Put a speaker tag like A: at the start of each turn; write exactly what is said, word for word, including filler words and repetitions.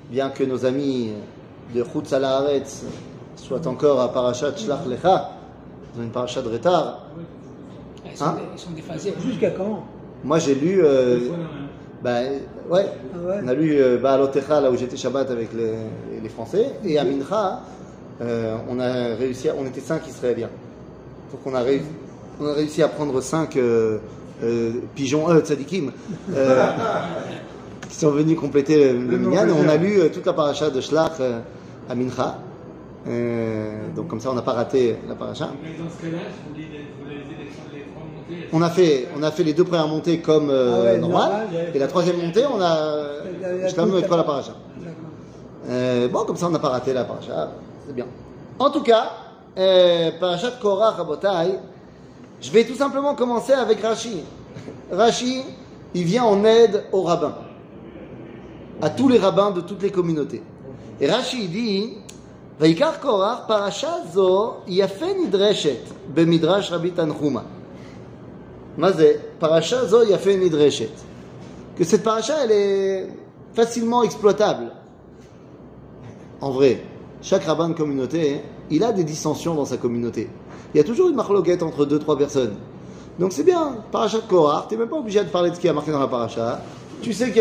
A: bien que nos amis de Chutz Haaretz soient encore à Parashat Shlach Lecha, dans une Parashat de retard.
B: Ils sont,
A: Hein
B: des, ils sont déphasés.
C: Jusqu'à quand?
A: Moi j'ai lu, euh, bah, ouais,
C: Ah ouais.
A: on a lu euh, Baalotecha là où j'étais Shabbat avec les, les Français, et à Mincha, euh, on a réussi, à, on était cinq Israéliens. Donc on a, réussi, on a réussi à prendre cinq euh, euh, pigeons, euh, tzadikim, euh, qui sont venus compléter le, le minyan, et on a lu euh, toute la paracha de Shlach euh, à Mincha. Euh, donc comme ça on n'a pas raté la paracha.
D: Mais dans ce cas-là, je voulais les élections de les trois montées.
A: On a fait, on a fait les deux premières montées comme euh,
C: Ah ouais,
A: normal,
C: normal, ouais.
A: et la troisième montée on a Shlam et la paracha.
C: D'accord.
A: Euh, bon, comme ça on n'a pas raté la paracha, c'est bien. En tout cas, euh, parachat Korach Rabotai, je vais tout simplement commencer avec Rashi. Rashi, il vient en aide aux rabbins, à tous les rabbins de toutes les communautés. Et Rashi dit, Vaikar Korach parasha zo yafe nidreshet bemidrash Rabbi Tanchuma. Mazé, parasha zo yafe nidreshet. Que cette paracha, elle est facilement exploitable. En vrai, chaque rabbin de communauté, il a des dissensions dans sa communauté. Il y a toujours une marloquette entre deux, trois personnes. Donc c'est bien, parachat Korach, tu n'es même pas obligé de parler de ce qui a marqué dans la paracha. Tu sais qu'il y a